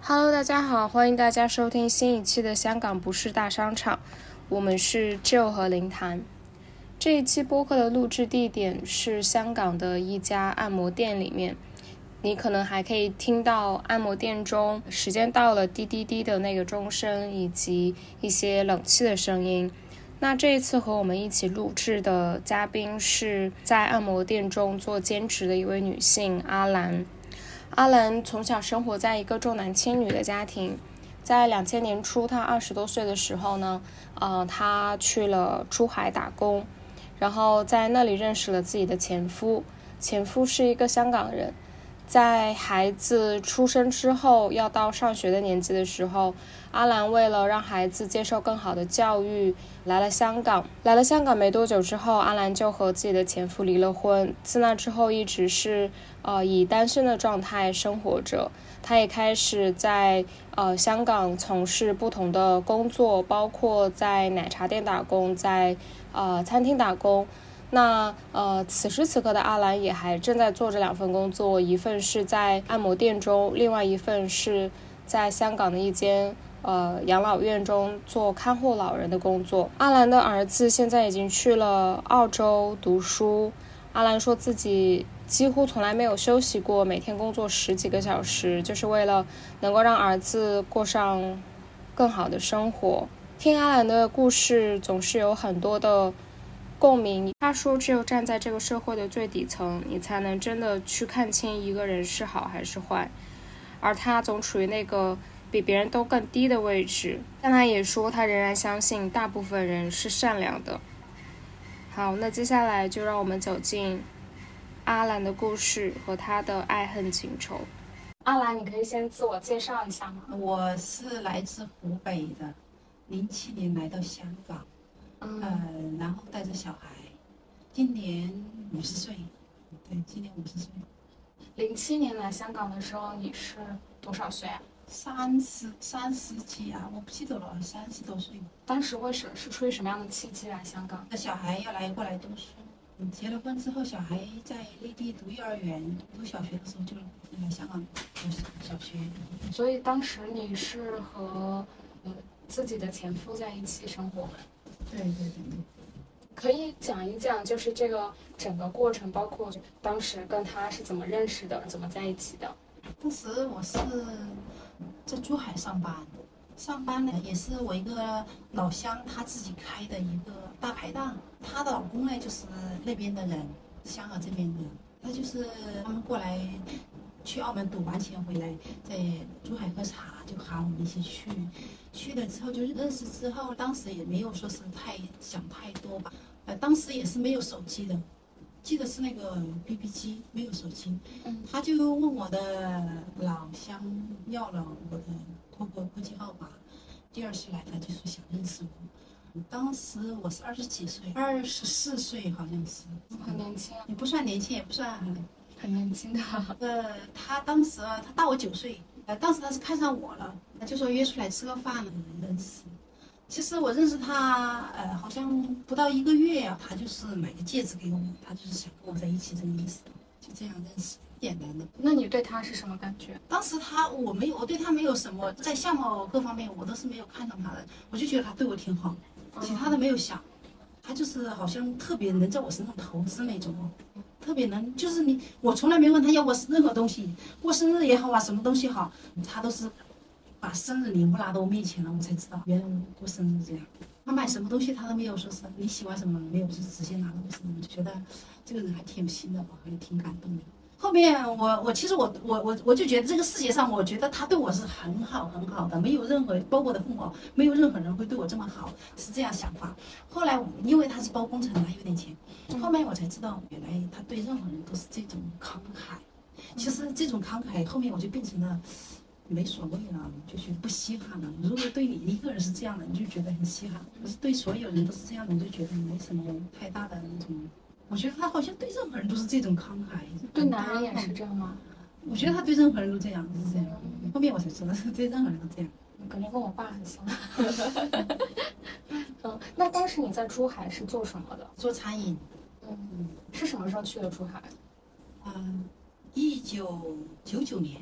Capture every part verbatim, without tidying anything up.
Hello， 大家好，欢迎大家收听新一期的香港不是大商场，我们是 Jill 和林谈。这一期播客的录制地点是香港的一家按摩店里面，你可能还可以听到按摩店中时间到了滴滴滴的那个钟声，以及一些冷气的声音。那这一次和我们一起录制的嘉宾是在按摩店中做兼职的一位女性阿兰。阿兰从小生活在一个重男轻女的家庭，在两千年初，她二十多岁的时候呢，呃，她去了珠海打工，然后在那里认识了自己的前夫。前夫是一个香港人，在孩子出生之后，要到上学的年纪的时候，阿兰为了让孩子接受更好的教育，来了香港。来了香港没多久之后，阿兰就和自己的前夫离了婚。自那之后，一直是呃以单身的状态生活着。她也开始在呃香港从事不同的工作，包括在奶茶店打工，在呃餐厅打工。那呃，此时此刻的阿兰也还正在做这两份工作，一份是在按摩店中，另外一份是在香港的一间呃养老院中做看护老人的工作。阿兰的儿子现在已经去了澳洲读书，阿兰说自己几乎从来没有休息过，每天工作十几个小时，就是为了能够让儿子过上更好的生活。听阿兰的故事总是有很多的共鸣。他说只有站在这个社会的最底层，你才能真的去看清一个人是好还是坏，而他总处于那个比别人都更低的位置。但他也说他仍然相信大部分人是善良的。好，那接下来就让我们走进阿兰的故事和他的爱恨情仇。阿兰，你可以先自我介绍一下吗？ 我是来自湖北的，零七年来到香港，嗯、呃，然后带着小孩，今年五十岁，对，今年五十岁。 零七年来香港的时候，你是多少岁啊？ 三十三十几啊，我不记得了，三十多岁。 当时为什么是出于什么样的契机来香港？ 那小孩要来过来读书，结了婚之后，小孩在内地读幼儿园、读小学的时候就来香港读小学。 所以当时你是和呃自己的前夫在一起生活吗？ 对对对对。 可以讲一讲，就是这个整个过程，包括当时跟他是怎么认识的，怎么在一起的。 当时我是在珠海上班，上班呢也是我一个老乡他自己开的一个大排档，她的老公呢就是那边的人，香港这边的，他就是他们过来去澳门赌完钱回来，在珠海喝茶，就喊我们一起去。去了之后就认识之后，当时也没有说是太想太多吧，呃，当时也是没有手机的，记得是那个 B B 机，没有手机。嗯，他就问我的老乡要了我的 Q Q 手机号码，第二次来他就说想认识我。当时我是二十几岁，二十四岁好像是， 很年轻， 也不算年轻，也不算很很年轻的。 呃，他当时他大我九岁，呃，当时他是看上我了，他就说约出来吃个饭认识。其实我认识他，呃，好像不到一个月啊，他就是买个戒指给我，他就是想跟我在一起这个意思，就这样认识，简单的。 那你对他是什么感觉？ 当时他我没有，我对他没有什么，在相貌各方面我都是没有看上他的，我就觉得他对我挺好，其他的没有想。他就是好像特别能在我身上投资那种，特别能，就是你，我从来没问他要过任何东西，过生日也好啊，什么东西好，他都是把生日礼物拿到我面前了，我才知道原来我过生日这样。他买什么东西他都没有说是你喜欢什么，没有，就是直接拿到我身上，我就觉得这个人还挺有心的吧，还挺感动的。后面我我其实我我我我就觉得这个世界上，我觉得他对我是很好很好的，没有任何，包括我的父母，没有任何人会对我这么好，是这样想法。后来因为他是包工程的，有点钱，后面我才知道原来他对任何人都是这种慷慨。其实这种慷慨后面我就变成了没所谓了，就觉得不稀罕了。如果对你一个人是这样的，你就觉得很稀罕；可是对所有人都是这样的，你就觉得没什么太大的那种。我觉得他好像对任何人都是这种慷慨。 对男人也是这样吗？ 我觉得他对任何人都这样，是这样。后面我才知道，对任何人都这样。 感觉跟我爸很像。嗯，那当时你在珠海是做什么的？ 做餐饮。 嗯，是什么时候去的珠海？ 嗯，一九九九年。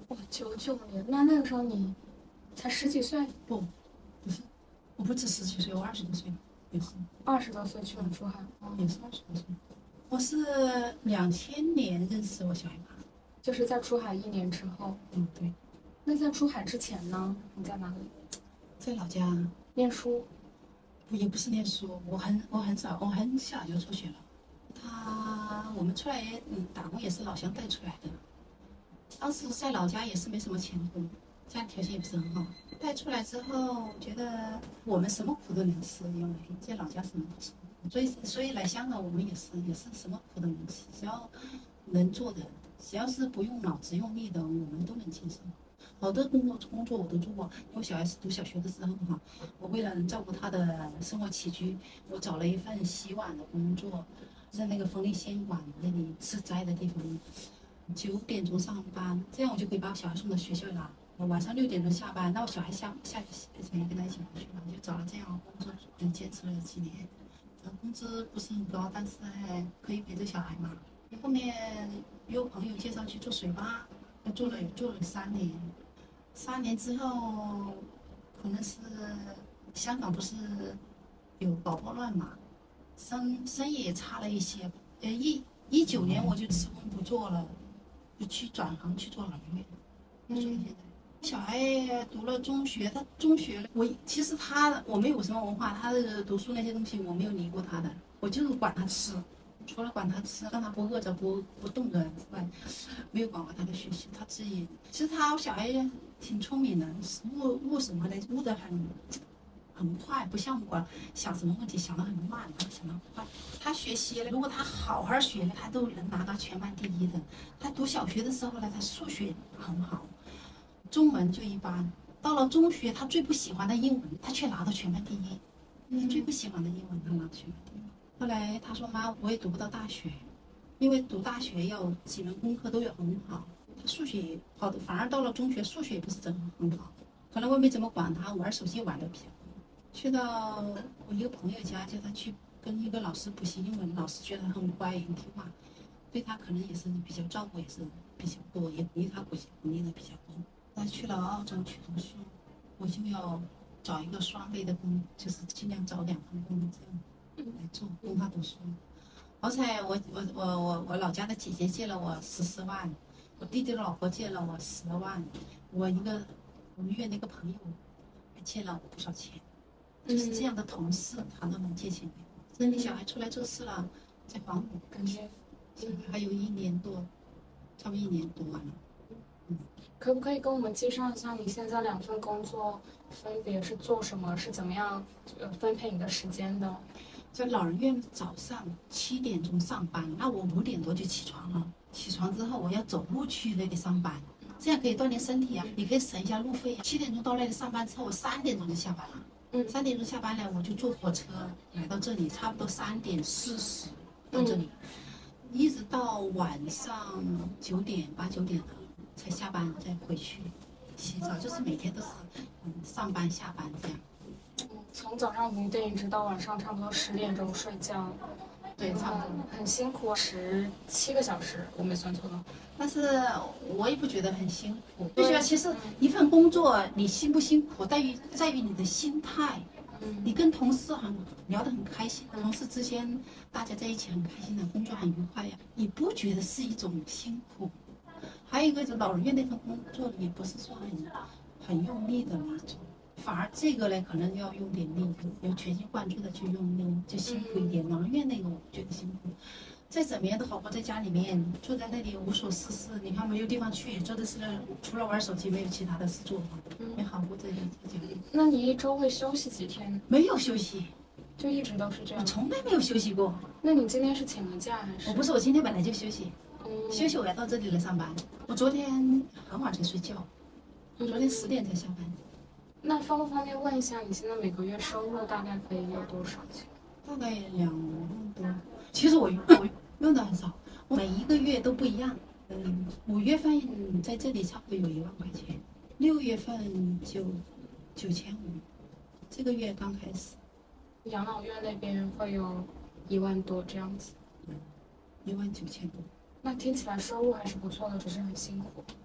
哇，九九年，那那个时候你才十几岁？ 不，不是，我不止十几岁，我二十多岁了，也是。 二十多岁去了珠海， 嗯、也是二十多岁。我是两千年认识我小孩妈， 就是在珠海一年之后。 嗯，对。 那在珠海之前呢？你在哪里？ 在老家念书。 不，也不是念书，我很我很早，我很小就辍学了。他我们出来嗯打工也是老乡带出来的，当时在老家也是没什么前途，家里条件也不是很好。带出来之后，觉得我们什么苦都能吃，因为在老家什么都吃，所以所以来香港我们也是也是什么苦都能吃，只要能做的，只要是不用脑子用力的，我们都能接受。好多工作工作我都做过，因为小孩子读小学的时候哈，我为了能照顾他的生活起居，我找了一份洗碗的工作，在那个丰利县碗那里吃斋的地方，九点钟上班，这样我就可以把小孩送到学校了。我晚上六点钟下班，那我小孩下下学前跟他一起回去了，就找了这样的工作，嗯，坚持了几年，呃，工资不是很高，但是还可以陪着小孩嘛。后面有朋友介绍去做水吧，做了做了三年。三年之后，可能是香港不是有宝宝乱嘛，生生意也差了一些。呃，一一九年我就辞工不做了，就去转行去做老人院，就做到现在。小孩读了中学，他中学我其实他我没有什么文化，他的读书那些东西我没有理过他的，我就是管他吃。除了管他吃，让他不饿着、不不冻着之外，没有管过他的学习。他自己其实他小孩挺聪明的，悟悟什么的悟得很很快，不像我想什么问题想得很慢，他想得很快。他学习了，如果他好好学了，他都能拿到全班第一的。他读小学的时候呢，他数学很好，中文就一般。到了中学，他最不喜欢的英文，他却拿到全班第一。他最不喜欢的英文，他拿到全班第一。后来他说妈，我也读不到大学，因为读大学要几门功课都要很好，他数学好的，反而到了中学数学也不是真很好，可能我没怎么管他，玩手机玩的比较多。去到我一个朋友家，叫他去跟一个老师补习英文，老师觉得他很乖很听话，对他可能也是比较照顾，也是比较多，也鼓励他补习鼓励的比较多。他去了澳洲去读书，我就要找一个双倍的工，就是尽量找两份工这样。来做供他读书，好彩我我我我我老家的姐姐借了我十四万，我弟弟的老婆借了我十万，我一个我们院的一个朋友还借了我不少钱，就是这样的同事他都能借钱给我。那你小孩出来做事了，再还我， 感觉还有一年多，差不多一年多完了。 嗯，可不可以跟我们介绍一下你现在两份工作分别是做什么，是怎么样呃分配你的时间的？ 在老人院早上七点钟上班，那我五点多就起床了。起床之后我要走路去那里上班，这样可以锻炼身体啊，也可以省一下路费啊。七点钟到那里上班之后，我三点钟就下班了。嗯，三点钟下班了，我就坐火车来到这里，差不多三点四十到这里，嗯、一直到晚上九点八九点了才下班，再回去洗澡，就是每天都是嗯上班下班这样。 从早上五点一直到晚上差不多十点钟睡觉， 对，差不多很辛苦，十七个小时，我没算错的。 但是我也不觉得很辛苦，就觉得其实一份工作你辛不辛苦，在于在于你的心态。嗯，你跟同事很聊得很开心，同事之间大家在一起很开心的，工作很愉快呀，你不觉得是一种辛苦？还有一个就老人院那份工作也不是说很很用力的那种。反而这个呢，可能要用点力，要全神贯注的去用力，就辛苦一点。老人院那个我不觉得辛苦，再怎么样都好过在家里面坐在那里无所事事。你看没有地方去，做的是除了玩手机没有其他的事做，没好过在在家里。 那你一周会休息几天？ 没有休息， 就一直都是这样。 我从来没有休息过。 那你今天是请了假还是？ 我不是，我今天本来就休息，嗯、休息我要到这里来上班。我昨天很晚才睡觉，昨天十点才下班。 那方不方便问一下，你现在每个月收入大概可以有多少钱？ 大概两万多。其实我我用的很少，我每一个月都不一样。嗯，五月份在这里差不多有一万块钱，六月份就九千五，这个月刚开始。 养老院那边会有一万多这样子。 嗯，一万九千多。 那听起来收入还是不错的，只是很辛苦。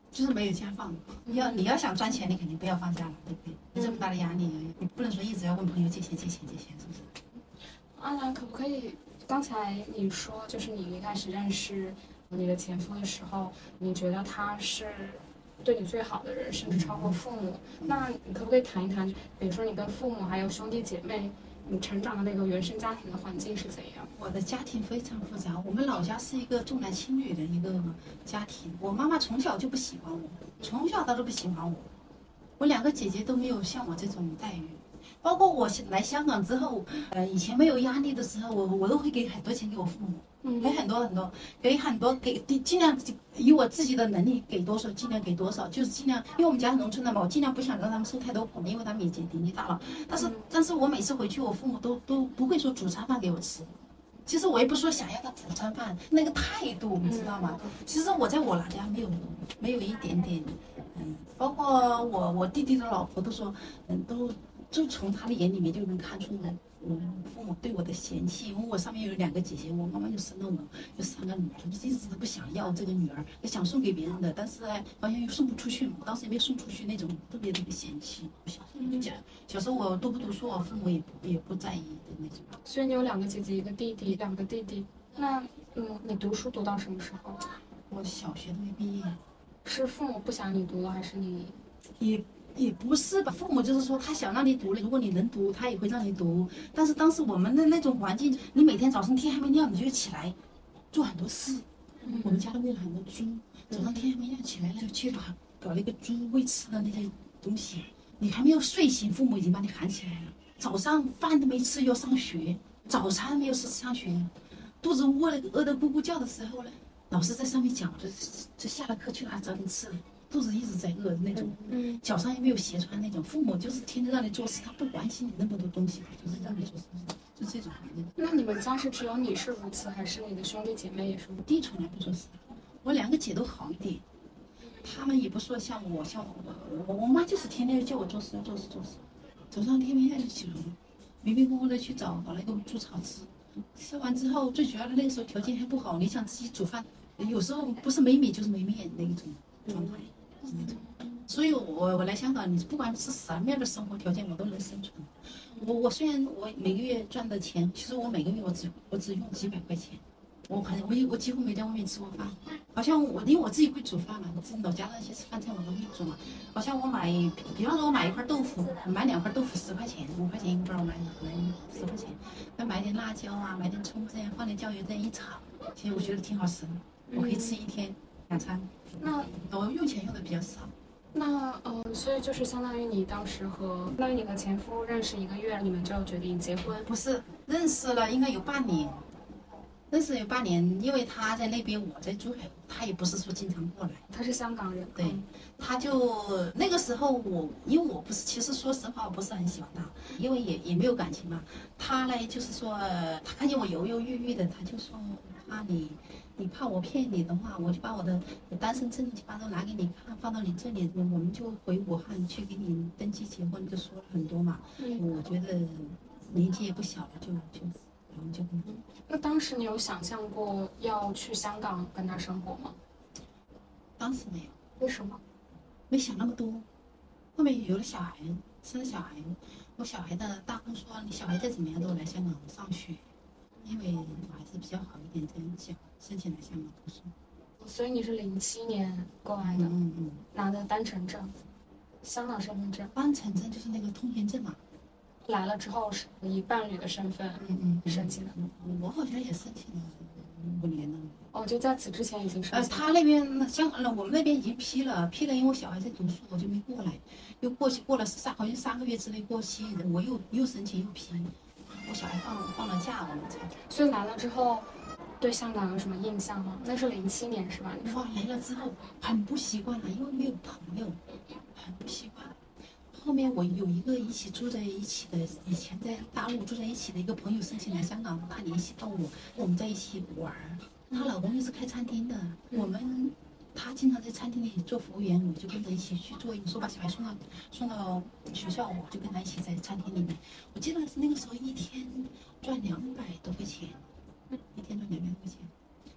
就是没有家放。你要你要想赚钱，你肯定不要放假了，对不对？这么大的压力，你不能说一直要问朋友借钱借钱借钱，是不是？ 阿兰，可不可以？刚才你说，就是你一开始认识你的前夫的时候，你觉得他是对你最好的人，甚至超过父母。那你可不可以谈一谈，比如说你跟父母还有兄弟姐妹，你成长的那个原生家庭的环境是怎样？ 我的家庭非常复杂，我们老家是一个重男轻女的一个家庭。我妈妈从小就不喜欢我，从小她都不喜欢我。我两个姐姐都没有像我这种待遇。包括我来香港之后，呃，以前没有压力的时候，我我都会给很多钱给我父母，给很多很多，给很多，给尽量以我自己的能力给多少尽量给多少，就是尽量，因为我们家是农村的嘛，我尽量不想让他们受太多苦，因为他们已经年纪大了。但是，但是我每次回去，我父母都都不会说煮餐饭给我吃。其实我也不说想要他煮餐饭，那个态度你知道吗？其实我在我老家没有没有一点点，嗯，包括我我弟弟的老婆都说，嗯，都。就从他的眼里面就能看出我，我父母对我的嫌弃。因为我上面有两个姐姐，我妈妈就生了我，有三个女儿，就一直都不想要这个女儿，想送给别人的，但是呢，好像又送不出去，我当时也没送出去，那种特别特别嫌弃。小时候就讲，小时候我读不读书，我父母也不也不在意的那种。 所以你有两个姐姐，一个弟弟，两个弟弟。那嗯，你读书读到什么时候？ 我小学都没毕业。 是父母不想你读了，还是你？ 也。也不是吧，父母就是说他想让你读了，如果你能读，他也会让你读。但是当时我们的那种环境，你每天早上天还没亮你就起来做很多事。嗯、我们家都喂了很多猪，早上天还没亮起来了就去把搞了一个猪喂吃的那些东西。你还没有睡醒，父母已经把你喊起来了。早上饭都没吃要上学，早餐没有吃上学，肚子饿了饿得咕咕叫的时候呢，老师在上面讲，就就下了课去哪找点吃的。肚子一直在饿的那种，嗯，脚上也没有鞋穿那种，父母就是天天让你做事，他不关心你那么多东西，就是让你做事，就这种环境。 那你们家是只有你是如此，还是你的兄弟姐妹也是如此？ 弟从来不做事，我两个姐都好一点，他们也不说像我，像我，我我妈就是天天叫我做事，做事做事，早上天没亮就起来了，迷迷糊糊的去找搞了一个猪草吃，吃完之后，最主要的那个时候条件还不好，你想自己煮饭，有时候不是没米就是没面那一种状态。那种，所以我我来香港，你不管是什么样的生活条件，我都能生存。我我虽然我每个月赚的钱，其实我每个月我只我只用几百块钱，我很我我几乎没在外面吃过饭。好像我因为我自己会煮饭嘛，我自己老家那些饭菜我都会煮嘛。好像我买，比方说我买一块豆腐，买两块豆腐十块钱，五块钱一包，买买十块钱，再买点辣椒啊，买点葱这样，放点酱油这样一炒，其实我觉得挺好吃的，我可以吃一天两餐。 那我用钱用的比较少。 那呃，所以就是相当于你当时和相当于你和前夫认识一个月，你们就决定结婚？ 不是，认识了应该有半年，认识有半年，因为他在那边，我在珠海，他也不是说经常过来。 他是香港人。 对，他就那个时候我，因为我不是，其实说实话我不是很喜欢他，因为也也没有感情嘛。他呢就是说，他看见我犹犹豫豫的，他就说啊你。你怕我骗你的话，我就把我的单身证就把都拿给你看，放到你这里，我们就回武汉去给你登记结婚，就说了很多嘛。嗯、我觉得年纪也不小了，就就我们就跟他。 那当时你有想象过要去香港跟他生活吗？ 当时没有。 为什么？ 没想那么多。后面有了小孩，生了小孩，我小孩的大公说，你小孩再怎么样都来香港上学。因为我还是比较好一点，这样讲，申请来香港读书。 所以你是零七年过来的， 嗯嗯， 拿的单程证，香港身份证。 单程证就是那个通行证嘛。 来了之后是以伴侣的身份，嗯嗯，申请的。 我好像也申请了五年了。 哦，就在此之前已经申请了。 呃，他那边香港，我们那边已经批了，批了，因为我小孩在读书，我就没过来，又过期过了三，好像三个月之内过期，我又又申请又批。我小孩放放了假，我们才。 所以来了之后，对香港有什么印象吗？那是零七年是吧？ 哇，来了之后很不习惯了，因为没有朋友，很不习惯。后面我有一个一起住在一起的，以前在大陆住在一起的一个朋友申请来香港，他联系到我，我们在一起玩。她老公又是开餐厅的，我们。他经常在餐厅里做服务员，我就跟他一起去做。有时候把小孩送到送到学校，我就跟他一起在餐厅里面。我记得是那个时候一天赚两百多块钱，一天赚两百多块钱。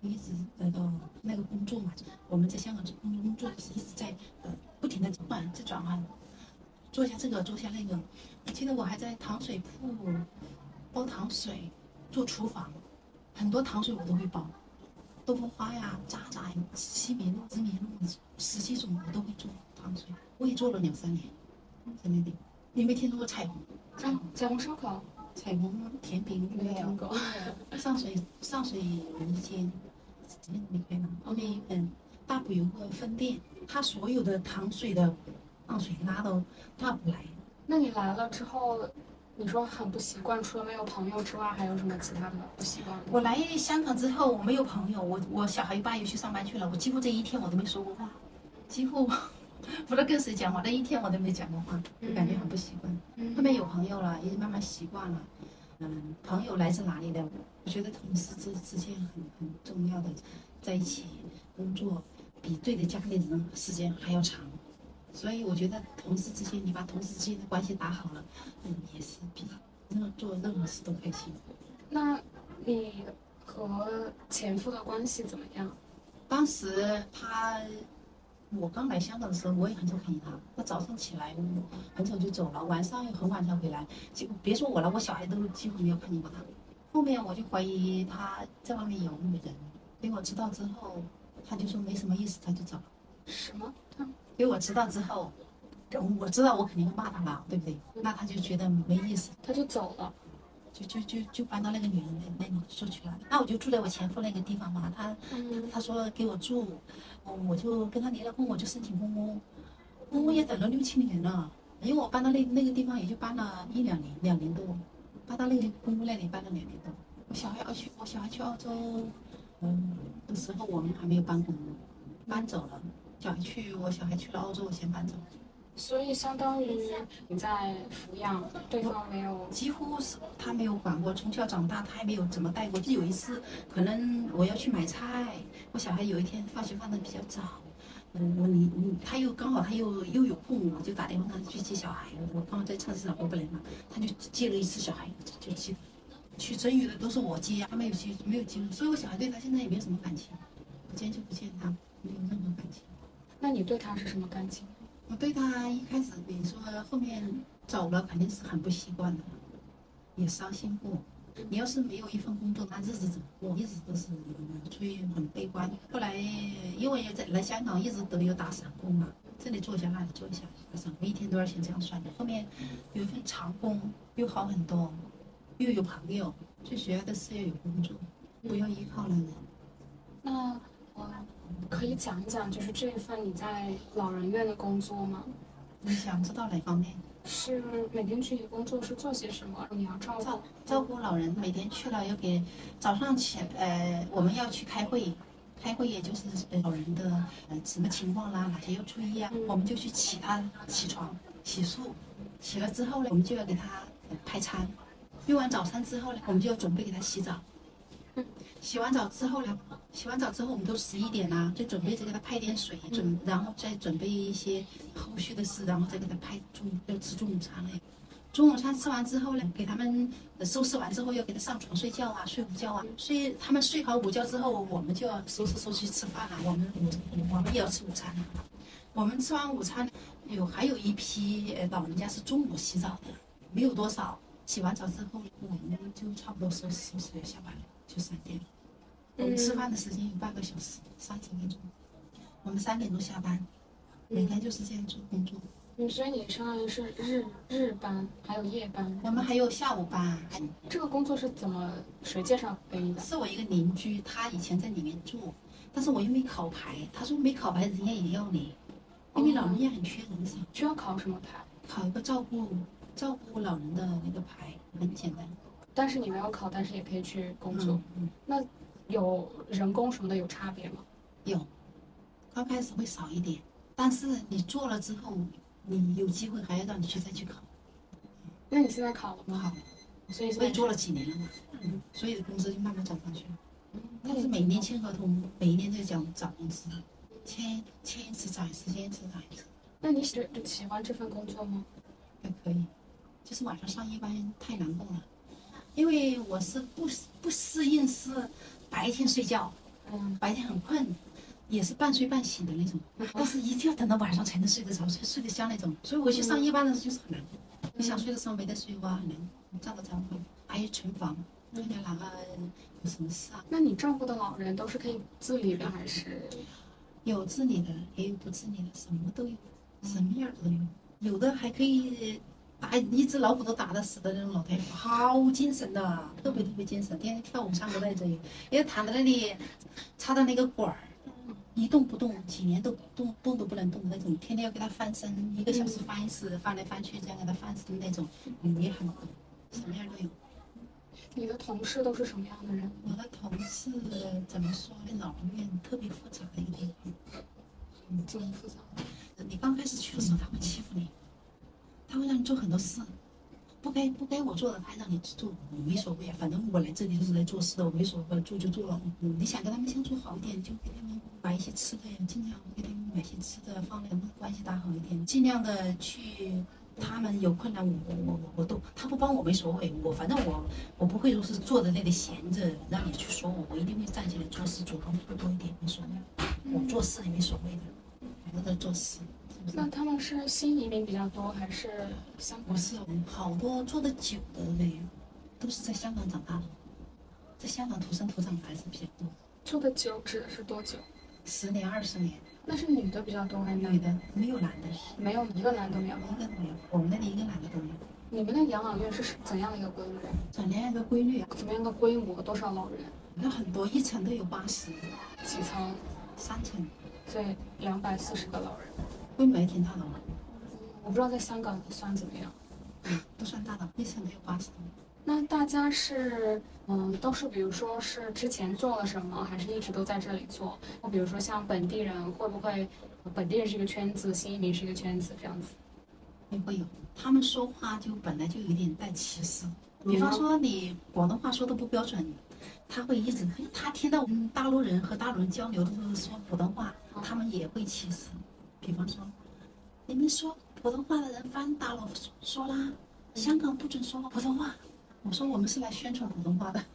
一直得到那个工作嘛，我们在香港工作工作是一直在呃不停的转换，在转换，做一下这个，做一下那个。我记得我还在糖水铺包糖水，做厨房，很多糖水我都会包，豆腐花呀、渣渣、西米露、紫米露，十几种我都会做糖水，我也做了两三年，在那里。你有没有听说过彩虹？ 彩虹彩虹烧烤、 彩虹甜饼没有听过。 上水上水有一间，今年没开了。后面嗯，大埔有个分店，他所有的糖水的糖水拉到大埔来。 那你来了之后，你说很不习惯，除了没有朋友之外，还有什么其他的不习惯？ 我来香港之后，我没有朋友，我我小孩爸又去上班去了，我几乎这一天我都没说过话，几乎不知道跟谁讲话，那一天我都没讲过话，就感觉很不习惯。 嗯、 后面有朋友了，也慢慢习惯了。嗯，朋友来自哪里的？我觉得同事之之间很很重要的，在一起工作，比对着家里人时间还要长。所以我觉得同事之间，你把同事之间的关系打好了，嗯，也是比任做任何事都开心。 那你和前夫的关系怎么样？ 当时他，我刚来香港的时候，我也很少看见他。他早上起来，很早就走了，晚上又很晚才回来。几乎别说我了，我小孩都几乎没有看见过他。后面我就怀疑他在外面有女人，给我知道之后，他就说没什么意思，他就走了。 什么？他给我知道之后，我知道我肯定会骂他了，对不对？那他就觉得没意思， 他就走了， 就就就就搬到那个女人那那里住去了。那我就住在我前夫那个地方嘛，他、嗯、他说给我住，我就跟他离了婚，我就申请公屋，公屋也等了六七年了，因为我搬到那那个地方也就搬了一两年，两年多，搬到那个公屋那里搬了两年多。我小孩要去，我小孩去澳洲，嗯的时候我们还没有搬公屋，搬走了。小孩去，我小孩去了澳洲，我先搬走。 所以相当于你在抚养，对方没有， 几乎是他没有管过，从小长大他还没有怎么带过。就有一次，可能我要去买菜，我小孩有一天放学放的比较早，嗯，我你你他又刚好他又又有空，我就打电话让他去接小孩。我刚好在菜市场回不来嘛，他就接了一次小孩，就接。去增育的都是我接，他没有接没有接，所以我小孩对他现在也没有什么感情，不见就不见他，没有任何感情。 那你对他是什么感情？ 我对他一开始，比如说后面走了，肯定是很不习惯的，也伤心过。你要是没有一份工作，那日子怎么过？一直都是处于很悲观。后来因为在来香港一直都有打散工嘛，这里做一下那里做一下，打散工一天多少钱这样算的。后面有一份长工又好很多，又有朋友，最主要的是要有工作，不要依靠那人。 那我可以讲一讲，就是这一份你在老人院的工作吗？ 你想知道哪方面？ 是每天具体工作是做些什么？你要照顾照顾老人，每天去了要给早上起呃我们要去开会，开会也就是呃老人的呃什么情况啦，哪些要注意啊，嗯、我们就去起他起床洗漱，洗了之后呢，我们就要给他、呃、拍餐，用完早餐之后呢，我们就要准备给他洗澡。洗完澡之后呢，洗完澡之后我们都十一点啦，就准备着给他拍点水，准然后再准备一些后续的事，然后再给他拍中要吃中午餐了。中午餐吃完之后呢，给他们收拾完之后要给他上床睡觉啊，睡午觉啊，睡他们睡好午觉之后，我们就要收拾收拾去吃饭了。我们我们也要吃午餐了。我们吃完午餐，有还有一批呃老人家是中午洗澡的，没有多少。洗完澡之后，我们就差不多收拾收拾要下班了。就三点，我们吃饭的时间有半个小时，三十分钟。我们三点钟下班，每天就是这样做工作。 嗯，所以你相当于是日日班，还有夜班。 我们还有下午班。 这个工作是怎么谁介绍给你的？ 是我一个邻居，他以前在里面住，但是我又没考牌，他说没考牌人家也要你，因为老人也很缺人手。 需要考什么牌？ 考一个照顾照顾老人的那个牌，很简单。 但是你没有考，但是也可以去工作。 嗯嗯、 那有人工什么的有差别吗？ 有，刚开始会少一点，但是你做了之后，你有机会还要让你去再去考。 那你现在考了吗？ 考了，所以我也做了几年了嘛，嗯，所以的工资就慢慢涨上去了。嗯，但是每年签合同，每一年都讲涨工资，签签一次涨一次，签一次涨一次。 那你喜喜欢这份工作吗？ 还可以，就是晚上上夜班太难过了。因为我是不不适应是白天睡觉， 嗯，白天很困，也是半睡半醒的那种，但是一定要等到晚上才能睡得着，睡睡得香那种。所以我去上夜班的时候就是很难，你想睡的时候没得睡，哇，很难，站都站不稳。还有存房，看看哪个有什么事啊？ 那你照顾的老人都是可以自理的，还是有自理的，也有不自理的，什么都有，什么样都有。有的还可以打一只老虎都打得死的那种老太婆，好精神的，特别特别精神，天天跳舞唱歌在这里，也躺在那里，插的那个管儿，一动不动，几年都动动都不能动的那种，天天要给他翻身，一个小时翻一次，翻来翻去，这样给他翻身的那种，也很多，什么样都有。 你的同事都是什么样的人？ 我的同事怎么说呢？老人院特别复杂的一个地方。 嗯，怎么复杂？ 你刚开始去的时候，他会欺负你，他会让你做很多事，不该不该我做的，他让你做，我没所谓啊，反正我来这里就是来做事的，我没所谓，做就做了。嗯，你想跟他们相处好一点，就给他们买一些吃的呀，尽量给他们买些吃的，放两个关系打好一点，尽量的去。他们有困难，我我我我都，他不帮我没所谓，我反正我我不会说是坐在那里闲着让你去说我，我一定会站起来做事，主动做多一点，没所谓，我做事也没所谓的，我都在做事。 那他们是新移民比较多，还是香港？ 不是，好多做的久的嘞，都是在香港长大的，在香港土生土长的还是比较多。 做的久指的是多久？ 十年、二十年。 那是女的比较多还是男女的？没有男的， 没有一个男的没有， 一个都没有。我们那里一个男的都没有。 你们的养老院是怎样的一个规律？ 怎样一个规律啊？ 怎么样的规模？多少老人？ 那很多，一层都有八十。 几层？ 三层。 所以两百四十个老人。 规模也挺大的嘛。 我不知道在香港算怎么样。 嗯，都算大的，一层都有八十。 那大家是，嗯，都是比如说是之前做了什么，还是一直都在这里做？或比如说像本地人会不会，本地人是一个圈子，新移民是一个圈子这样子？ 也会有，他们说话就本来就有点带歧视。比方说你广东话说的不标准，他会一直，他听到嗯大陆人和大陆人交流的时候说普通话，他们也会歧视。比方说，你们说普通话的人翻大陆说啦，香港不准说普通话。我说我们是来宣传普通话的，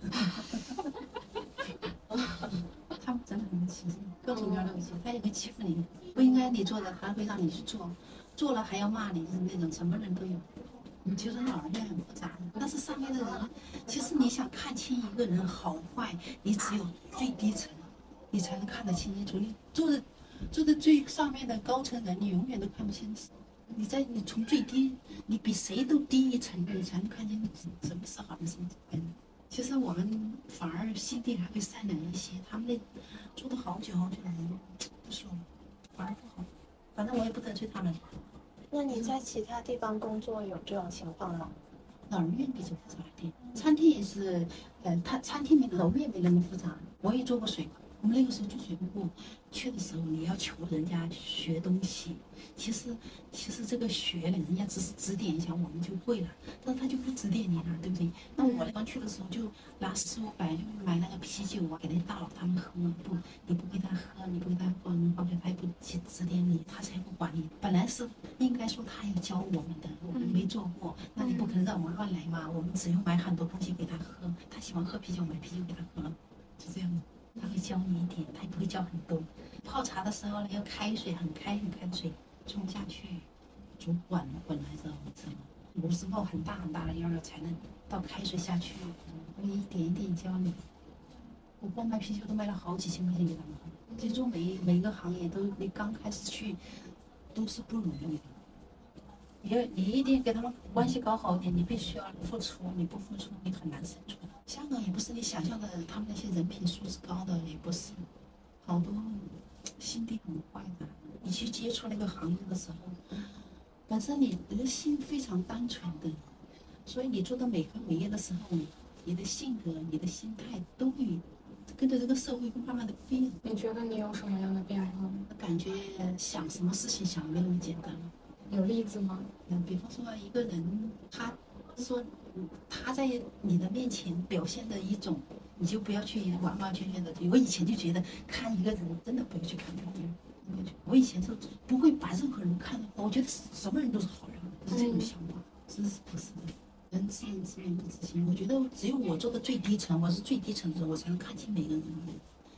他们真的很欺负，各种各样的欺负，他也会欺负你，不应该你做的，他会让你去做，做了还要骂你，就是那种什么人都有。其实老人院很复杂的，但是上面的人，其实你想看清一个人好坏，你只有最低层，你才能看得清楚。你坐在坐在最上面的高层人，你永远都看不清楚。你在你从最低，你比谁都低一层，你才能看见什么是好的，什么是坏的。其实我们反而心地还会善良一些，他们那做的好久好久的人，不说了，反而不好。反正我也不得罪他们。 那你在其他地方工作有这种情况吗？ 老人院比较复杂一点，餐厅也是，呃，他餐厅没老院没那么复杂。我也做过水管，我们那个时候做水库，去的时候你要求人家学东西，其实其实这个学呢，人家只是指点一下，我们就会了，但是他就不指点你了，对不对？那我刚去的时候就拿四五百就买那个啤酒啊，给那大佬他们喝，不你不给他喝，你不给他喝，而且他也不去指点你，他才不管你。本来是应该说他要教我们的，我们没做过，那你不可能让我们乱来嘛，我们只用买很多东西给他喝，他喜欢喝啤酒，买啤酒给他喝，就这样子。他会教你一点，他也不会教很多。泡茶的时候呢，要开水，很开很开的水冲下去，煮滚滚来之后，什么五十泡很大很大的样儿才能倒开水下去，我一点一点教你。我光卖啤酒都卖了好几千块钱给他们喝。记住每每一个行业都，你刚开始去都是不容易的。你要你一定给他们关系搞好一点，你必须要付出，你不付出你很难生存。香港也不是你想象的，他们那些人品素质高的也不是，好多心地很坏的。你去接触那个行业的时候，本身你的心非常单纯的，所以你做的每行每业的时候，你的性格、你的心态都会跟着这个社会会慢慢的变。 你觉得你有什么样的变化？ 感觉想什么事情想没那么简单了。 有例子吗？ 嗯，比方说一个人，他说他在你的面前表现的一种，你就不要去完完全全的。我以前就觉得看一个人真的不要去看别人，我以前是不会把任何人看，我觉得什么人都是好人，是这种想法，其实不是的。人知人知面不知心，我觉得只有我做的最低层，我是最低层的时候，我才能看清每个人。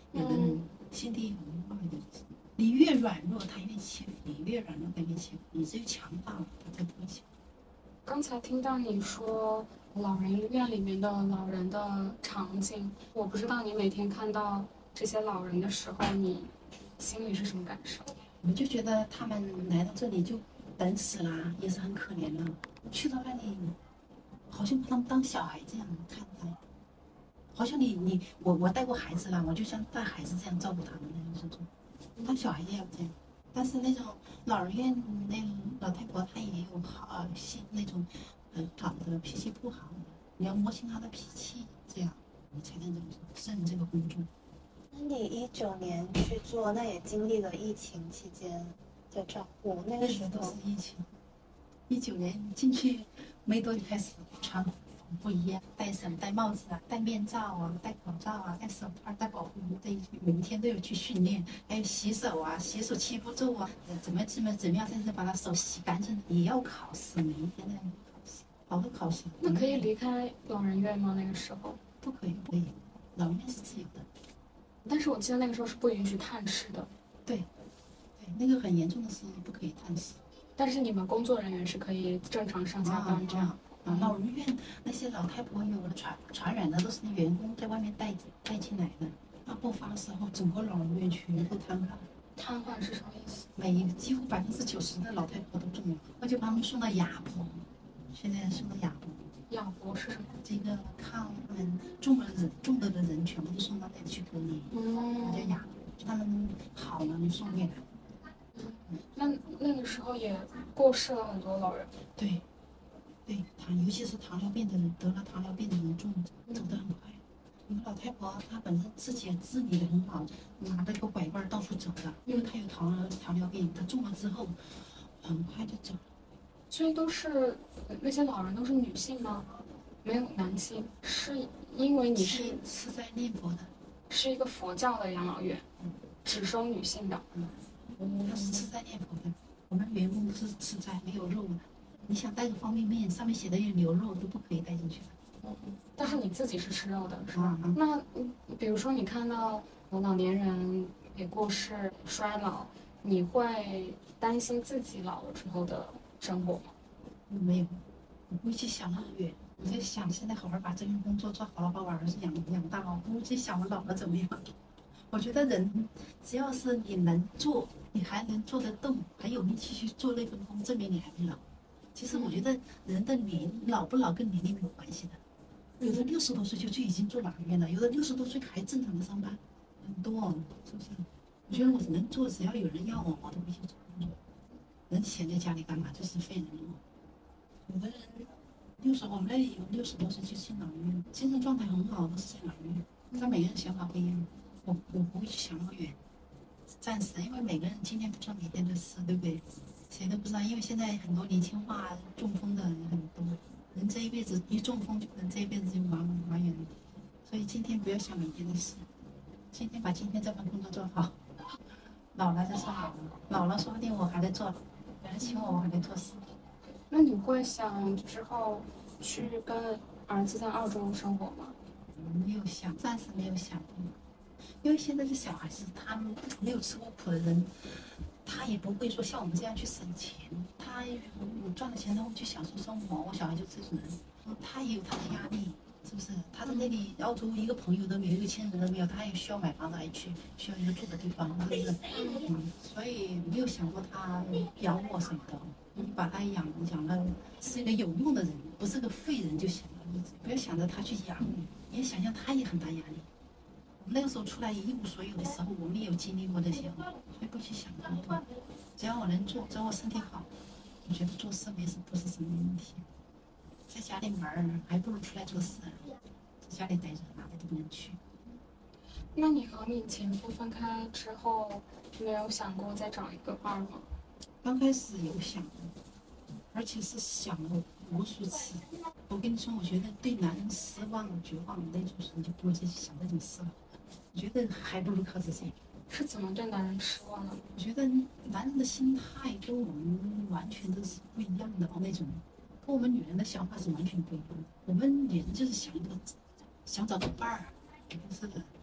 有的人心地很坏的，你越软弱，他越欺负你；越软弱，他越欺负你。只有强大了，他才不会欺负。 刚才听到你说老人院里面的老人的场景，我不知道你每天看到这些老人的时候，你心里是什么感受？ 我就觉得他们来到这里就等死啦，也是很可怜的。去到那里，好像把他们当小孩这样看待，好像你你我我带过孩子啦，我就像带孩子这样照顾他们那种，当小孩一样这样。但是那种老人院那种老太婆，她也有好心那种，呃，搞得脾气不好的，你要摸清她的脾气，这样你才能胜这个工作。 那你一九年去做，那也经历了疫情期间的照顾，那个时候都是疫情。一九年进去没多久开始穿不一样，戴什么戴帽子啊，戴面罩啊，戴口罩啊，戴手套，戴保护衣，每一天都有去训练，还有洗手啊，洗手七步骤啊，怎么怎么怎么样才能把他手洗干净，也要考试，每一天都要考试，好多考试。 那可以离开老人院吗？那个时候不可以，不可以，老人院是自由的。 但是我记得那个时候是不允许探视的。 对，对，那个很严重的是不可以探视。 但是你们工作人员是可以正常上下班这样。 啊啊，老人院那些老太婆有传传染的都是员工在外面带带进来的。那爆发的时候，整个老人院全部瘫痪。 瘫痪是什么意思？ 每一几乎百分之九十的老太婆都中了，我就把他们送到亚博，现在送到亚博。 亚博是什么？ 这个抗他们中了人中了的人全部都送到那里去隔离， 嗯， 叫亚博，他们好了就送回来。 那那个时候也过世了很多老人。 对，对，糖尤其是糖尿病的人，得了糖尿病的人重走得很快。有个老太婆，她本身自己也自理的很好，拿着一个拐棍到处走的，因为她有糖糖尿病，她中了之后很快就走了。 所以都是那些老人都是女性吗？没有男性？是因为你是是在念佛的， 是一个佛教的养老院，只收女性的。 嗯，他是吃斋念佛的，我们员工是吃斋没有肉的。你想带个方便面，上面写的有牛肉都不可以带进去的。 嗯，但是你自己是吃肉的，是吧？ 嗯、 那比如说你看到老年人也过世、衰老，你会担心自己老了之后的生活吗？ 没有，我不会去想那么远。我在想，现在好好把这份工作做好了，把我儿子养养大了，不会去想我老了怎么样。我觉得人只要是你能做，你还能做得动，还有力气去做那份工，证明你还没老。其实我觉得人的年老不老跟年龄没有关系的，有的六十多岁就就已经做老人院了，有的六十多岁还正常的上班，很多，是不是？我觉得我能做，只要有人要我，我都会去做工作。人闲在家里干嘛？就是废人嘛。有的人六十，我们那里有六十多岁就进老人院，精神状态很好，都是在老人院。但每个人想法不一样，我我不会去想那么远，暂时，因为每个人今天不知道明天的事，对不对？谁都不知道，因为现在很多年轻化中风的人很多，人这一辈子一中风，就可能这一辈子就完完远了。所以今天不要想明天的事，今天把今天这份工作做好，老了就是老了，老了说不定我还在做，有人请我，我还在做事。 那你会想之后去跟儿子在澳洲生活吗？ 没有想，暂时没有想过，因为现在的小孩子，他们没有吃过苦的人，他也不会说像我们这样去省钱，他赚了钱之后去享受生活。我小孩就这种人，他也有他的压力，是不是？他在那里澳洲一个朋友都没有，一个亲人都没有，他也需要买房子来去，需要一个住的地方，是不是？嗯，所以没有想过他养我什么的。你把他养养了是一个有用的人，不是个废人就行了。不要想着他去养你，你也想想他也很大压力。我们那个时候出来一无所有的时候，我们也有经历过这些，所以不去想那么多。只要我能做，只要我身体好，我觉得做事没什不是什么问题。在家里玩儿，还不如出来做事。在家里待着，哪里都不能去。 那你和你前夫分开之后，没有想过再找一个伴吗？ 刚开始有想过，而且是想了无数次。我跟你说，我觉得对男人失望、绝望那种事，你就不会再去想那种事了。我觉得还不如靠自己。 是怎么对男人失望呢？ 我觉得男人的心态跟我们完全都是不一样的哦，那种跟我们女人的想法是完全不一样的。我们女人就是想一个，想找个伴儿，不是的。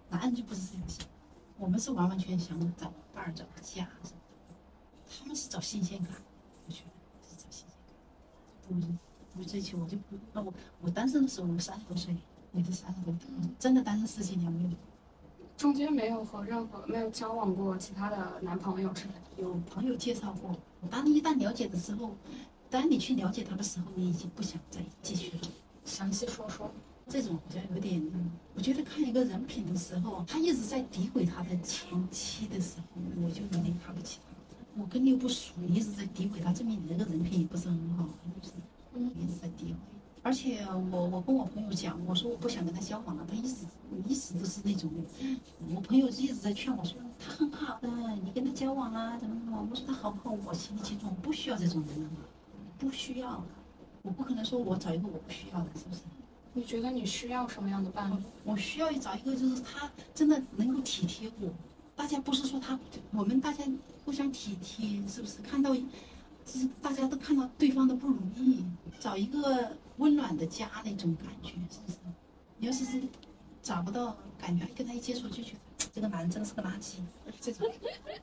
男人就不是这样想，我们是完完全全想找伴儿、找家什么的，他们是找新鲜感，我觉得是找新鲜感，不不追求，我就不，那我我单身的时候我三十多岁，也是三十多，真的单身十几年没有。 中间没有和任何没有交往过其他的男朋友之类的。 有朋友介绍过，当你一旦了解的时候，当你去了解他的时候，你已经不想再继续了。 详细说说。 这种好像有点，我觉得看一个人品的时候，他一直在诋毁他的前妻的时候，我就有点看不起他。我跟你又不熟，你一直在诋毁他，证明你那个人品也不是很好，是不是？嗯，一直在诋毁。而且我我跟我朋友讲，我说我不想跟他交往了，他一直一直都是那种，我朋友一直在劝我说他很好的，你跟他交往啊，怎么怎么？我说他好不好？我心里清楚，我不需要这种人了，不需要，我不可能说我找一个我不需要的，是不是？ 你觉得你需要什么样的伴侣？ 我需要找一个就是他真的能够体贴我。大家不是说他，我们大家互相体贴，是不是？看到，就是大家都看到对方的不容易，找一个温暖的家那种感觉，是不是？你要是是找不到，感觉跟他一接触就觉得这个男人真的是个垃圾，这种。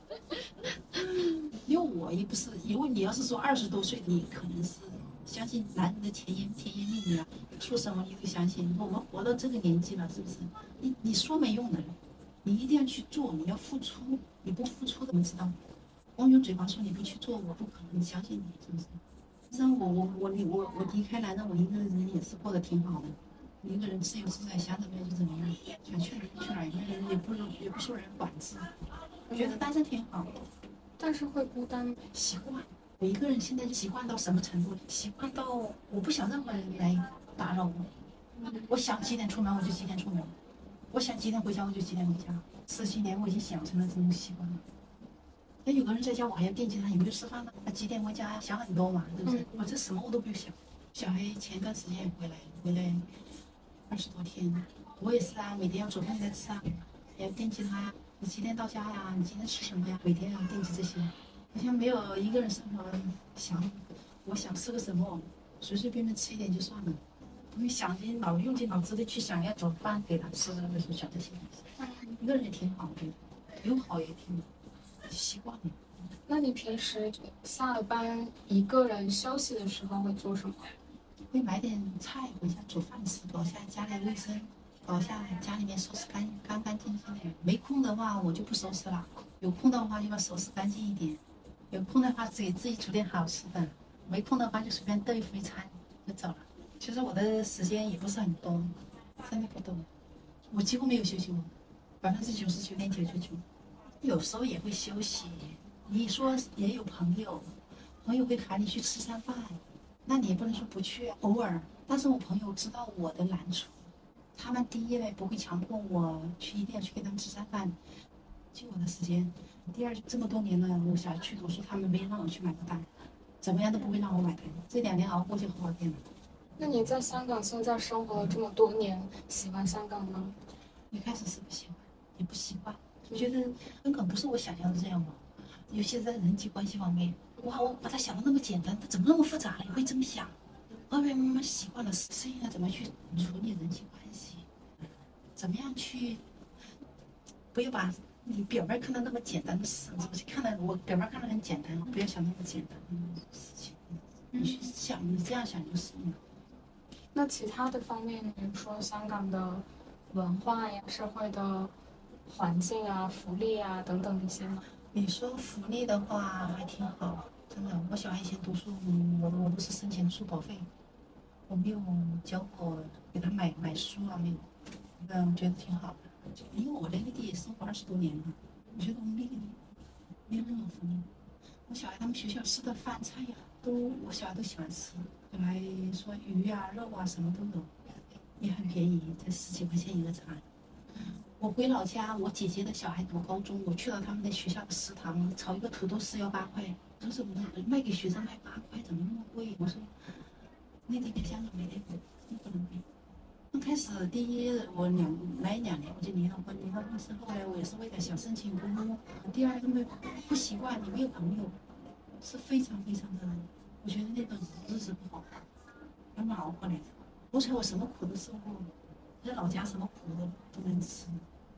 因为我也不是，因为你要是说二十多岁，你可能是相信男人的甜言甜言蜜语啊，说什么你都相信。我们活到这个年纪了，是不是？你你说没用的，你一定要去做，你要付出，你不付出怎么知道？光用嘴巴说你不去做，我不可能相信你，是不是？真我我我离我我离开男人，我一个人也是过得挺好的，一个人自由自在，想怎么样就怎么样，想去哪儿就去哪儿，也不也不受人管制，我觉得单身挺好的。 但是会孤单， 习惯。我一个人现在就习惯到什么程度？习惯到我不想任何人来打扰我，我想几点出门我就几点出门，我想几点回家我就几点回家。十几年我已经养成了这种习惯了。那有个人在家，我还要惦记他有没有吃饭呢？他几点回家呀？想很多嘛，是不是？我这什么我都不用想。小孩前段时间也回来，回来二十多天，我也是啊，每天要做饭再吃啊，也要惦记他呀。你几点到家呀？你今天吃什么呀？每天要惦记这些，好像没有一个人生活想，我想吃个什么，随随便便吃一点就算了，不用想尽脑用尽脑汁的去想要做饭给他吃，为什么想这些东西？一个人也挺好的，有好也挺好。习惯了。 那你平时下了班一个人休息的时候会做什么？ 会买点菜回家煮饭吃，搞下家里卫生，搞下家里面收拾干干干净净的。没空的话我就不收拾了，有空的话就把收拾干净一点，有空的话给自己煮点好吃的，没空的话就随便对付一餐就走了。其实我的时间也不是很多，真的不多，我几乎没有休息过，百分之九十九点九九九。有时候也会休息，你说也有朋友，朋友会喊你去吃餐饭，那你也不能说不去，偶尔。但是我朋友知道我的难处，他们第一呢不会强迫我去一定要去跟他们吃餐饭，就我的时间。第二，这么多年了，我想去读书，他们没让我去买个单，怎么样都不会让我买单。这两年熬过就好好点了。 那你在香港现在生活了这么多年，喜欢香港吗？ 一开始是不喜欢，也不习惯。我觉得香港不是我想象的这样嘛，尤其是在人际关系方面，哇，我把它想的那么简单，它怎么那么复杂了？你会这么想？后面慢慢习惯了，适应了怎么去处理人际关系，怎么样去，不要把你表面看到那么简单的事，是不是？看到我表面看到很简单，不要想那么简单的事情，你去想，你这样想就是了。 那其他的方面，比如说香港的文化呀、社会的环境啊、福利啊等等一些呢？ 你说福利的话还挺好，真的。我小孩以前读书，我我都是生钱书保费，我没有教过给他买买书啊，没有。嗯，我觉得挺好的。因为我在内地生活二十多年了，我觉得我们内地没有任何福利。我小孩他们学校吃的饭菜呀，都我小孩都喜欢吃，小孩说鱼啊、肉啊什么都有，也很便宜，才十几块钱一个餐。我回老家，我姐姐的小孩读高中，我去到他们的学校的食堂，炒一个土豆丝要八块，我说怎么卖给学生卖八块，怎么那么贵？我说内地跟香港没得比，真不能比。刚开始第一我两来两年我就离了婚，离了婚之后呢，我也是为了想申请公屋。第二因为不习惯，你没有朋友，是非常非常的，我觉得那个日子不好，慢慢熬过来的。而且我什么苦都受过。在老家什么苦都都能吃，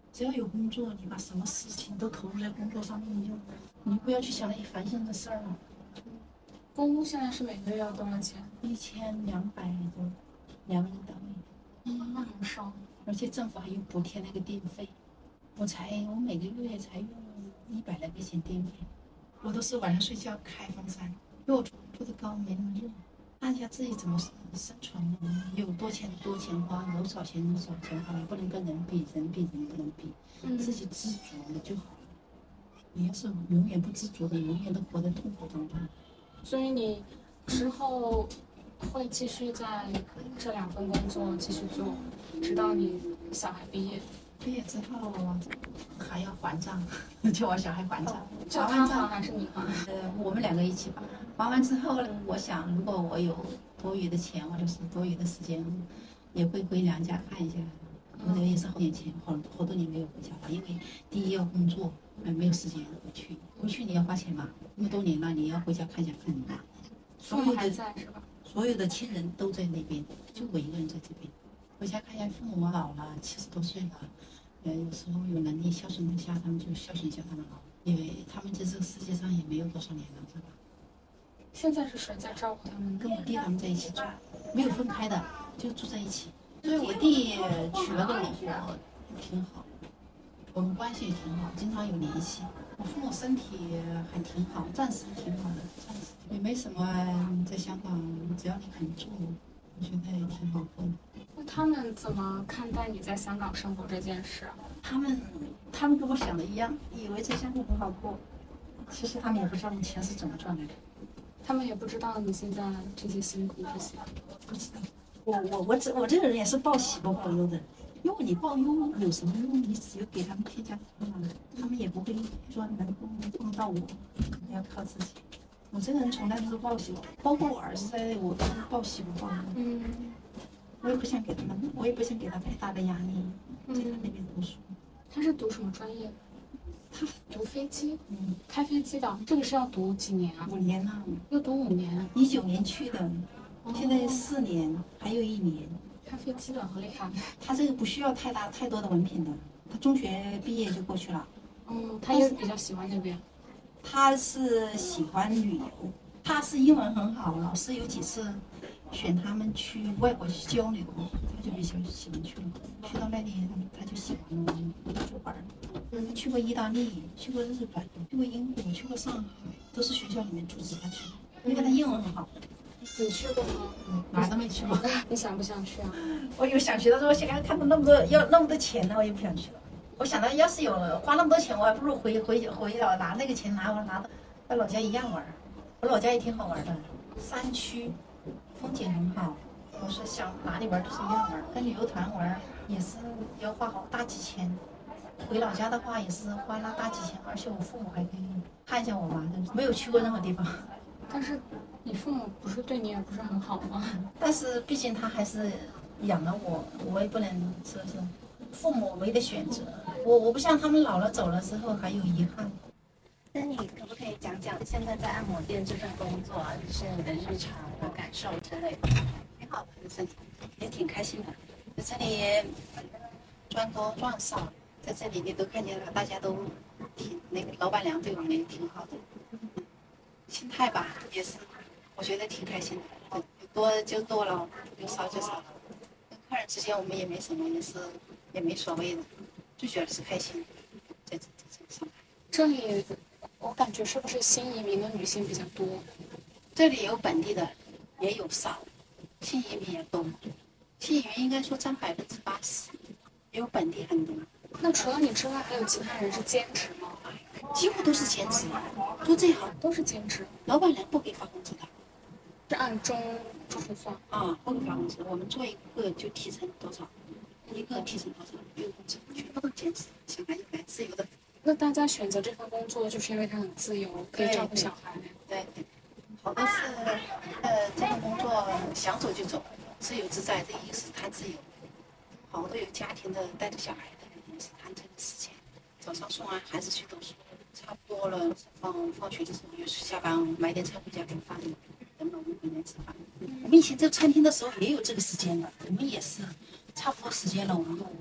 只要有工作，你把什么事情都投入在工作上面，你就你不要去想那些烦心的事儿了。 公屋现在是每个月要多少钱？ 一千两百多，两个人单位。 嗯，那很少。 而且政府还有补贴那个电费，我才我每个月才用一百来块钱电费，我都是晚上睡觉开风扇，因为我住住的高没那么热。大家自己怎么生存呢？有多钱多钱花，有少钱有少钱花，不能跟人比，人比人不能比， 嗯、 自己知足了就好了。你要是永远不知足的，永远都活在痛苦当中。 所以你之后会继续在这两份工作继续做，直到你小孩毕业。 毕业之后还要还账，就我小孩还账。 就他还还是你还？ 呃，我们两个一起还。还完之后呢，我想如果我有多余的钱或者是多余的时间，也会回娘家看一下。我这个也是好年前，好好多年没有回家了，因为第一要工作，呃，没有时间回去。回去你要花钱嘛，那么多年了，你要回家看一下父母嘛。 父母还在是吧？ 所有的亲人都在那边，就我一个人在这边。回家看一下父母老了，七十多岁了，呃，有时候有能力孝顺一下他们，就孝顺一下他们了，因为他们在这个世界上也没有多少年了，是吧？ 现在是谁在照顾他们？ 跟我弟他们在一起住，没有分开的，就住在一起。所以我弟娶了个老婆，挺好，我们关系也挺好，经常有联系。我父母身体还挺好，暂时挺好的，暂时也没什么。在香港，只要你肯做，我觉得也挺好过的。 那他们怎么看待你在香港生活这件事啊？ 他们，他们跟我想的一样，以为在香港很好过，其实他们也不知道你钱是怎么赚来的。 他们也不知道你现在这些辛苦这些， 不知道。我我我这我这个人也是报喜不报忧的，因为你报忧有什么用？你只有给他们添加负担，他们也不会说能够碰到我，你要靠自己。我这个人从来都是报喜，包括我儿子在，我都是报喜不报忧。 嗯， 我也不想给他们，我也不想给他太大的压力，在他那边读书。 他是读什么专业？他读飞机， 嗯， 开飞机的。这个是要读几年啊？ 五年了， 要读五年。 一九年去的，现在四年，还有一年。 开飞机的很厉害。 他这个不需要太大太多的文凭的，他中学毕业就过去了。 嗯，他也比较喜欢那边。 他是喜欢旅游，他是英文很好，老师有几次选他们去外国去交流，他就比较喜欢去了。去到那里，他就喜欢了，到处玩。嗯，去过意大利，去过日本，去过英国，去过上海，都是学校里面组织他去，因为他英文很好。 你去过吗？ 嗯，哪都没去过。 你想不想去啊？ 我有想去，但是我现在看到那么多要那么多钱呢，我也不想去了。我想到要是有花那么多钱，我还不如回回回老拿那个钱拿我拿到到老家一样玩。我老家也挺好玩的，山区，风景很好。我是想哪里玩都是一样玩，跟旅游团玩也是要花好大几千。回老家的话也是花那大几千，而且我父母还可以看一下我嘛，没有去过任何地方。 但是你父母不是对你也不是很好吗？ 但是毕竟他还是养了我，我也不能说是父母没得选择。我我不像他们老了走了之后还有遗憾。 那你可不可以讲讲现在在按摩店这份工作啊，就是你的日常的感受之类的？ 挺好的，身体也挺开心的。在这里赚多赚少，在这里你都看见了，大家都挺那个老板娘对我们也挺好的。心态吧，也是，我觉得挺开心的。有多就多了，有少就少了。跟客人之间我们也没什么，也是也没所谓的，就觉得是开心。在这这这上班， 这里我感觉是不是新移民的女性比较多？ 这里有本地的，也有少，新移民也多。新移民应该说占百分之八十，也有本地很多。 那除了你之外，还有其他人是兼职吗？ 几乎都是兼职，做这行都是兼职。 老板娘不给发工资的， 是按钟钟数算啊，不给发工资。我们做一个就提成多少，一个提成多少，没有工资，全部都兼职。想来就来，自由的。 那大家选择这份工作，就是因为它很自由，可以照顾小孩。 对对，好多是呃，这份工作想走就走，自由自在，这意思谈自由。好多有家庭的，带着小孩的，也是谈这个事情。早上送完孩子去读书，差不多了，放放学的时候又是下班，买点菜回家做饭，等老公回来吃饭。我们以前在餐厅的时候也有这个时间的，我们也是差不多时间了，我们就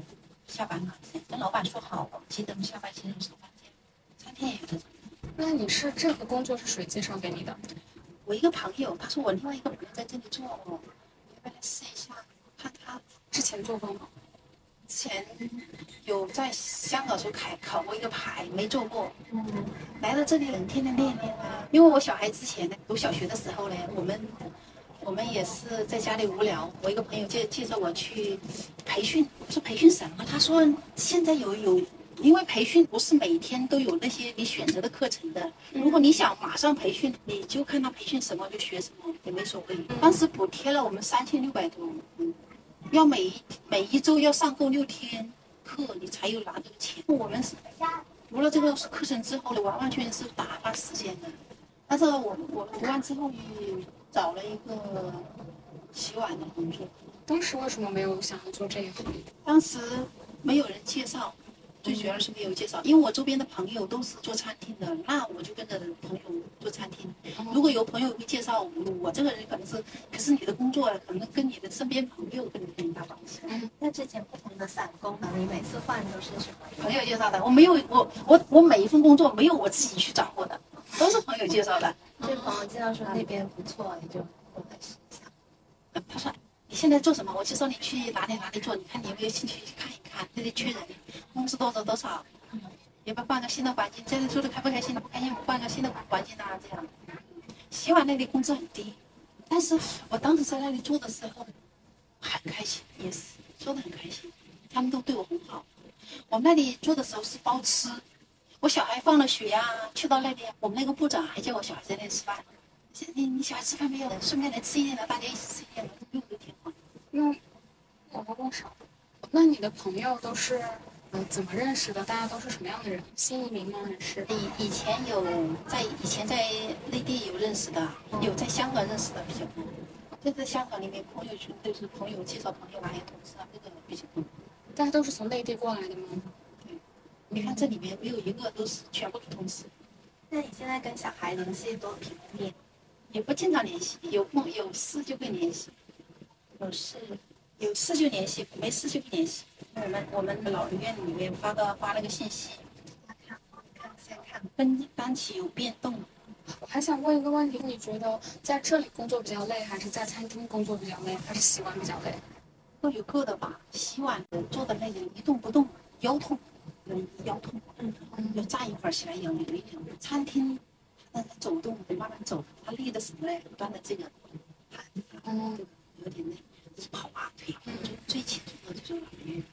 下班了，跟老板说好，我们几点下班几点收饭店。餐厅也有这种。 那你是这个工作是谁介绍给你的？ 我一个朋友，他说我另外一个朋友在这里做，你要不要来试一下？看他之前做过吗？ 之前有在香港时候考考过一个牌，没做过。嗯，来到这里天天练练啊。因为我小孩之前呢，读小学的时候呢，我们我们也是在家里无聊，我一个朋友介介绍我去培训。我说培训什么？他说现在有有。因为培训不是每天都有那些你选择的课程的，如果你想马上培训，你就看他培训什么就学什么，也没所谓。当时补贴了我们三千六百多，嗯，要每一每一周要上够六天课，你才有拿这个钱。我们是读了这个课程之后呢，完完全全是打发时间的。但是我我读完之后也找了一个洗碗的工作。 当时为什么没有想要做这一行？ 当时没有人介绍。最主要是没有介绍，因为我周边的朋友都是做餐厅的，那我就跟着朋友做餐厅。如果有朋友会介绍我，我这个人可能是，可是你的工作可能跟你的身边朋友跟你很大关系。 嗯，那之前不同的散工呢，你每次换都是什么？ 朋友介绍的，我没有，我我我每一份工作没有我自己去掌握的，都是朋友介绍的。 这朋友介绍说那边不错，你就过来试一下。 嗯，他说你现在做什么？我介绍你去哪里哪里做，你看你有没有兴趣去看一看？这里缺人，工资多少多少？嗯，要不要换个新的环境？在这做的开不开心？不开心，我换个新的环境啊，这样。洗碗那里工资很低，但是我当时在那里做的时候很开心，也是做的很开心，他们都对我很好。我们那里做的时候是包吃，我小孩放了学呀、啊，去到那里，我们那个部长还叫我小孩在那里吃饭。你你小孩吃饭没有？顺便来吃一点的，大家一起吃一点的，又不挺好。 那我不问少。那你的朋友都是呃怎么认识的？大家都是什么样的人？新移民吗？还是以以前有在以前在内地有认识的，有在香港认识的比较多。就在香港里面，朋友圈都是朋友介绍朋友啊，有同事啊，这个比较多。 大家都是从内地过来的吗？ 对，你看这里面没有一个都是全部是同事。 那你现在跟小孩联系多频密？ 也不经常联系，有空有事就会联系，有事有事就联系，没事就不联系。我们我们老人院里面发个发了个信息， 看看先看， 分单期有变动。 我还想问一个问题，你觉得在这里工作比较累，还是在餐厅工作比较累，还是洗碗比较累？ 各有各的吧。洗碗的做的那个一动不动，腰痛，人腰痛，嗯，要站一会儿起来摇摇一摇。餐厅。但是走动慢慢走，他累的什么嘞？不断的这个，嗯，有点累，就是跑啊腿啊。最轻松的就是老人院，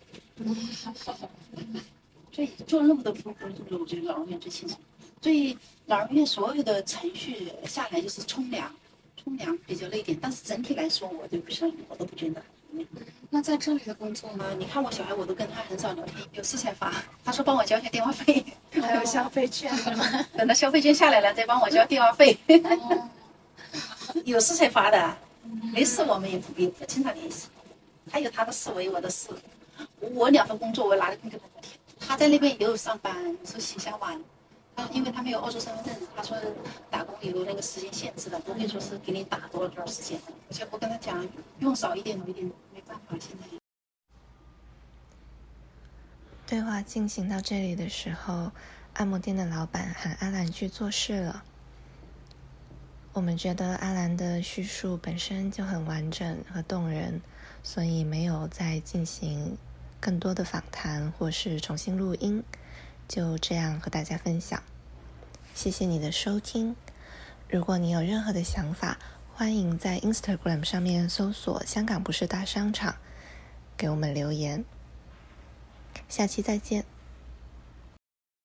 最做了那么多份工作，我觉得老人院最轻松。最老人院所有的程序下来就是冲凉，冲凉比较累一点，但是整体来说我就不是，我都不觉得累。 那在这里的工作呢？ 啊，你看我小孩，我都跟他很少聊天，有事才发。他说帮我交一下电话费， 还有消费券吗？ 等到消费券下来了再帮我交电话费。有事才发的，没事我们也不也不经常联系。他有他的事，我有我的事。我两份工作，我拿着跟他聊天。他在那边也有上班，是洗下碗。他因为他没有澳洲身份证，他说打工有那个时间限制的，不会说是给你打多少多少时间。而且我跟他讲，用少一点有一点没办法，现在。 对话进行到这里的时候，按摩店的老板喊阿兰去做事了。我们觉得阿兰的叙述本身就很完整和动人，所以没有再进行更多的访谈或是重新录音，就这样和大家分享。谢谢你的收听。如果你有任何的想法，欢迎在 Instagram 上面搜索香港不是大商场，给我们留言。下期再见。